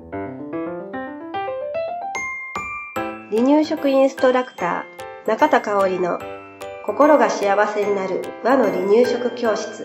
離乳食インストラクター中田香織の心が幸せになる和の離乳食教室。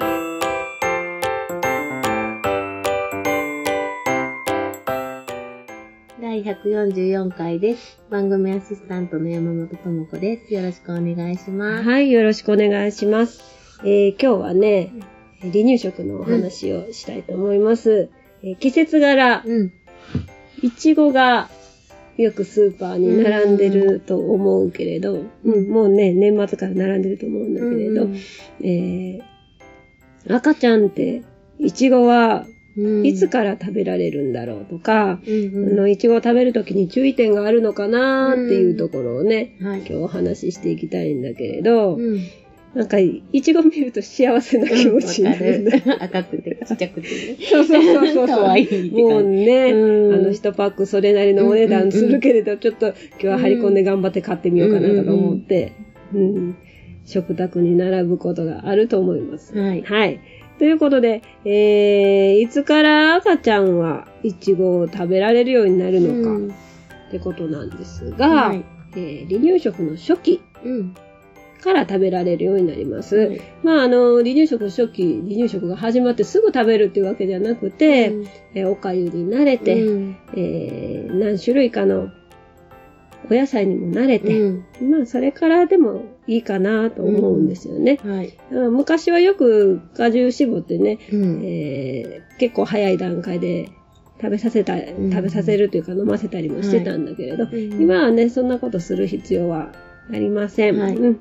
第144回です。番組アシスタントの山本智子です。よろしくお願いします。 はい、よろしくお願いします。今日はね、離乳食のお話をしたいと思います。季節柄、いちごがよくスーパーに並んでると思うけれど、もうね、年末から並んでると思うんだけれど、赤ちゃんっていちごはいつから食べられるんだろうとか、いちごを食べるときに注意点があるのかなっていうところをね、今日お話ししていきたいんだけれど、なんか、いちご見ると幸せな気持ちになるんだ。 赤くてちっちゃくてね。 そう。 かわいい。 もうね、1パックそれなりのお値段するけれど、ちょっと今日は張り込んで頑張って買ってみようかなとか思って、食卓に並ぶことがあると思います。はい。ということで、いつから赤ちゃんはいちごを食べられるようになるのかってことなんですが、離乳食の初期から食べられるようになります。離乳食初期、離乳食が始まってすぐ食べるっていうわけじゃなくて、おかゆに慣れて、何種類かのお野菜にも慣れて、それからでもいいかなと思うんですよね。昔はよく果汁絞ってね、結構早い段階で食べさせるというか飲ませたりもしてたんだけれど、今はね、そんなことする必要はありません。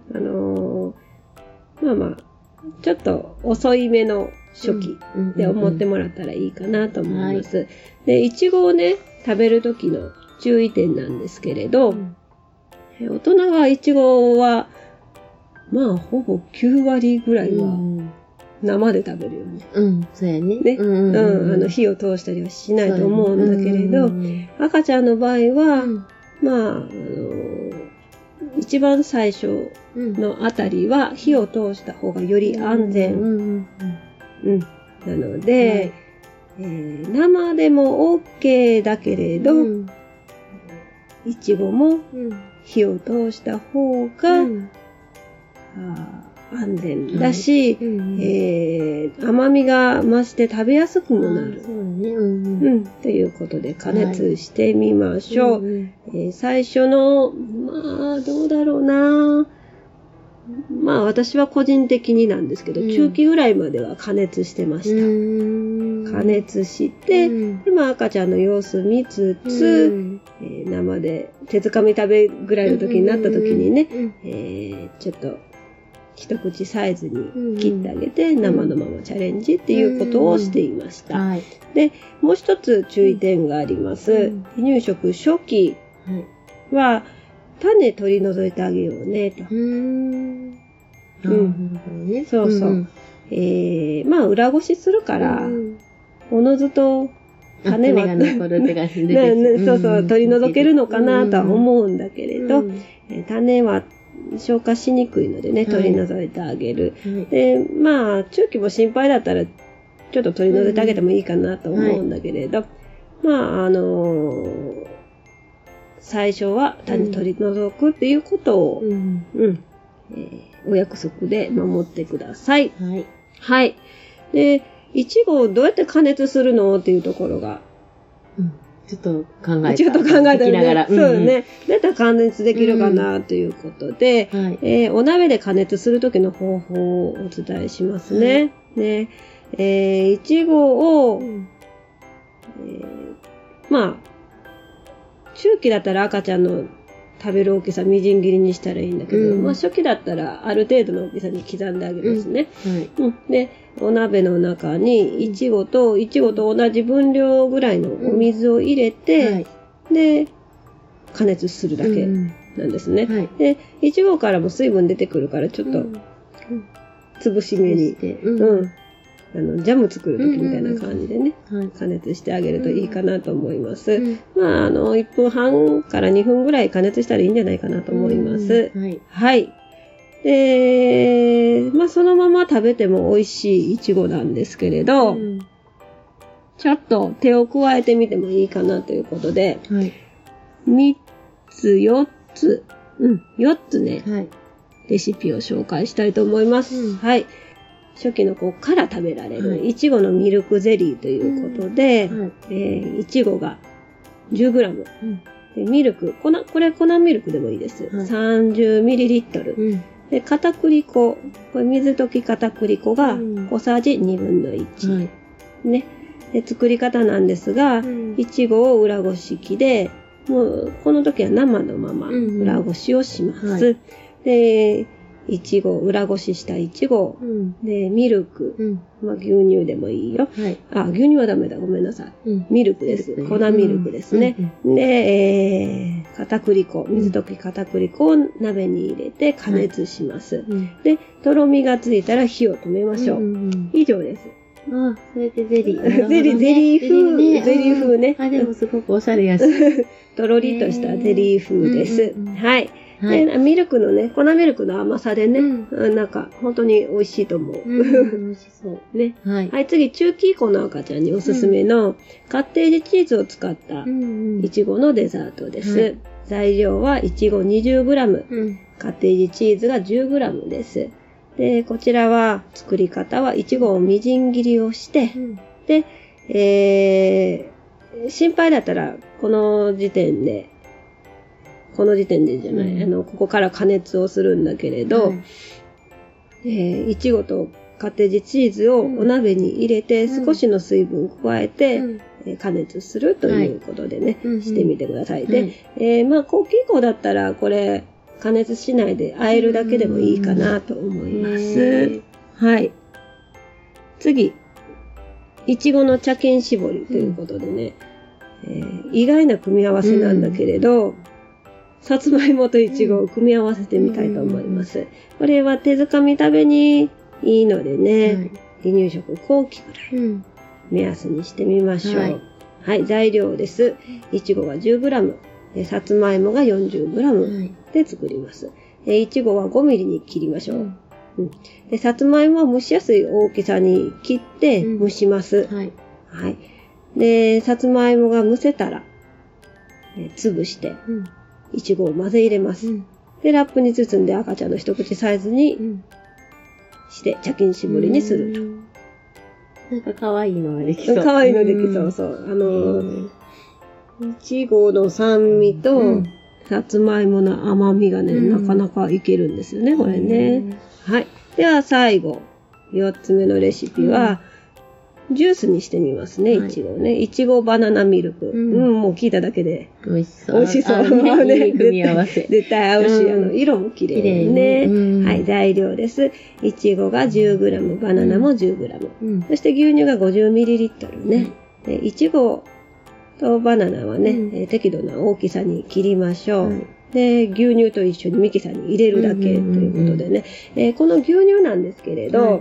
ちょっと遅いめの初期で思ってもらったらいいかなと思います。で、いちごをね、食べるときの注意点なんですけれど、大人はいちごは、ほぼ9割ぐらいは生で食べるよね。 そうやね。 火を通したりはしないと思うんだけれど、赤ちゃんの場合は、一番最初のあたりは火を通した方がより安全。なので、生でも OK だけれど、いちごも火を通した方が安全だし、甘みが増して食べやすくもなる。ということで加熱してみましょう。最初の、どうだろうな。私は個人的になんですけど、中期ぐらいまでは加熱してました。加熱して、で赤ちゃんの様子見つつ、生で手づかみ食べぐらいの時になった時にね、ちょっと一口サイズに切ってあげて、生のままチャレンジっていうことをしていました。で、もう一つ注意点があります。離乳食初期は、種取り除いてあげようね、と。そうそう。裏ごしするから、おのずと種は、取り除けるのかなとは思うんだけれど、種は消化しにくいのでね、取り除いてあげる。で、中期も心配だったら、ちょっと取り除いてあげてもいいかなと思うんだけれど、最初は種取り除くっていうことを、お約束で守ってください。で、いちごをどうやって加熱するのっていうところが、 ちょっと考えたらね。そうね。どうやったら加熱できるかなということで、お鍋で加熱するときの方法をお伝えしますね。いちごを、中期だったら赤ちゃんの食べる大きさみじん切りにしたらいいんだけど、初期だったらある程度の大きさに刻んであげますね。で、お鍋の中にいちごと同じ分量ぐらいのお水を入れて、で、加熱するだけなんですね。で、いちごからも水分出てくるからちょっと潰し目に、ジャム作るときみたいな感じでね、加熱してあげるといいかなと思います。1分半から2分ぐらい加熱したらいいんじゃないかなと思います。で、そのまま食べても美味しいいちごなんですけれど、 ちょっと手を加えてみてもいいかなということで、3つ、4つ、4つね、レシピを紹介したいと思います。はい。初期の子から食べられる、いちごのミルクゼリーということで、いちごが 10g、でミルク、これ粉ミルクでもいいです。30ml。で、片栗粉、これ水溶き片栗粉が小さじ1/2。ね。で、作り方なんですが、いちごを裏ごし器で、もう、この時は生のまま裏ごしをします。で、いちご、裏ごししたいちご、で、ミルク、牛乳でもいいよ。牛乳はダメだ、ごめんなさい。ミルクです。粉ミルクですね。で、片栗粉、水溶き片栗粉を鍋に入れて加熱します。で、とろみがついたら火を止めましょう。以上です。 それでゼリー。 ゼリー風ね。 でもすごくおしゃれやし。 とろりとしたゼリー風です。はい。で、ミルクのね、粉ミルクの甘さでね、なんか、本当に美味しいと思う。 美味しそう。 ね。はい、次、中期以降の赤ちゃんにおすすめの、カッテージチーズを使った、いちごのデザートです。材料はいちご 20g、カッテージチーズが 10g です。で、こちらは、作り方はいちごをみじん切りをして、で、心配だったら、この時点でじゃない、ここから加熱をするんだけれど、いちごとカッテージチーズをお鍋に入れて、少しの水分を加えて、加熱するということでね、してみてください。で、後期以降だったら、これ、加熱しないで和えるだけでもいいかなと思います。はい。次、いちごの茶巾絞りということでね、意外な組み合わせなんだけれど、さつまいもといちごを組み合わせてみたいと思います。これは手づかみ食べにいいのでね、離乳食後期ぐらい目安にしてみましょう。はい、材料です。いちごが 10g、さつまいもが 40g で作ります。いちごは 5mm に切りましょう。で、さつまいもは蒸しやすい大きさに切って蒸します。で、さつまいもが蒸せたら、潰して、いちごを混ぜ入れます。で、ラップに包んで赤ちゃんの一口サイズにして、茶巾絞りにすると。 なんか可愛いのができそう。 可愛いのできそう、そう。いちごの酸味と、さつまいもの甘みがね、なかなかいけるんですよね、これね。はい。では最後、4つ目のレシピは、ジュースにしてみますね、いちごね。いちごバナナミルク。もう聞いただけで。 美味しそう。 美味しそう。 ね、組み合わせ。 絶対合うし、色も綺麗ね。はい、材料です。いちごが 10g、バナナも 10g。そして牛乳が 50ml ね。いちごとバナナはね、適度な大きさに切りましょう。で、牛乳と一緒にミキサーに入れるだけということでね。この牛乳なんですけれど、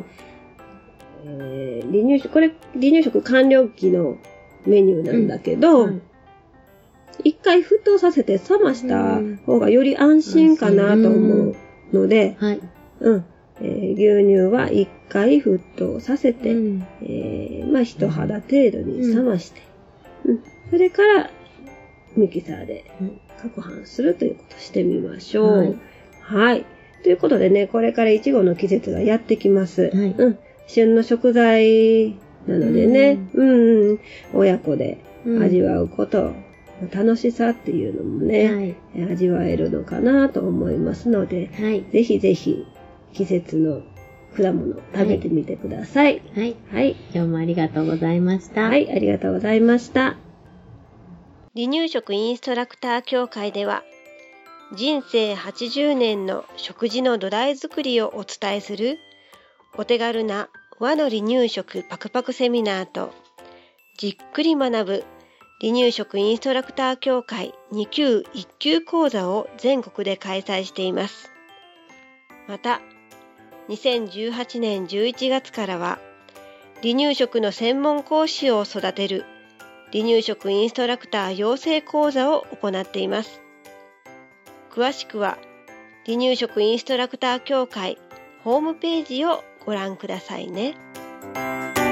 離乳食完了期のメニューなんだけど、一回沸騰させて冷ました方がより安心かなと思うので、牛乳は一回沸騰させて、一肌程度に冷まして、それからミキサーで攪拌するということをしてみましょう。はい。ということでね、これからいちごの季節がやってきます。旬の食材なのでね、親子で味わうこと、楽しさっていうのもね、味わえるのかなと思いますので、ぜひぜひ季節の果物食べてみてください。 今日もありがとうございました。 ありがとうございました。 離乳食インストラクター協会では、人生80年の食事の土台作りをお伝えするお手軽な和の離乳食パクパクセミナーと、じっくり学ぶ離乳食インストラクター協会2級1級講座を全国で開催しています。また、2018年11月からは、離乳食の専門講師を育てる離乳食インストラクター養成講座を行っています。詳しくは、離乳食インストラクター協会ホームページをご覧くださいね。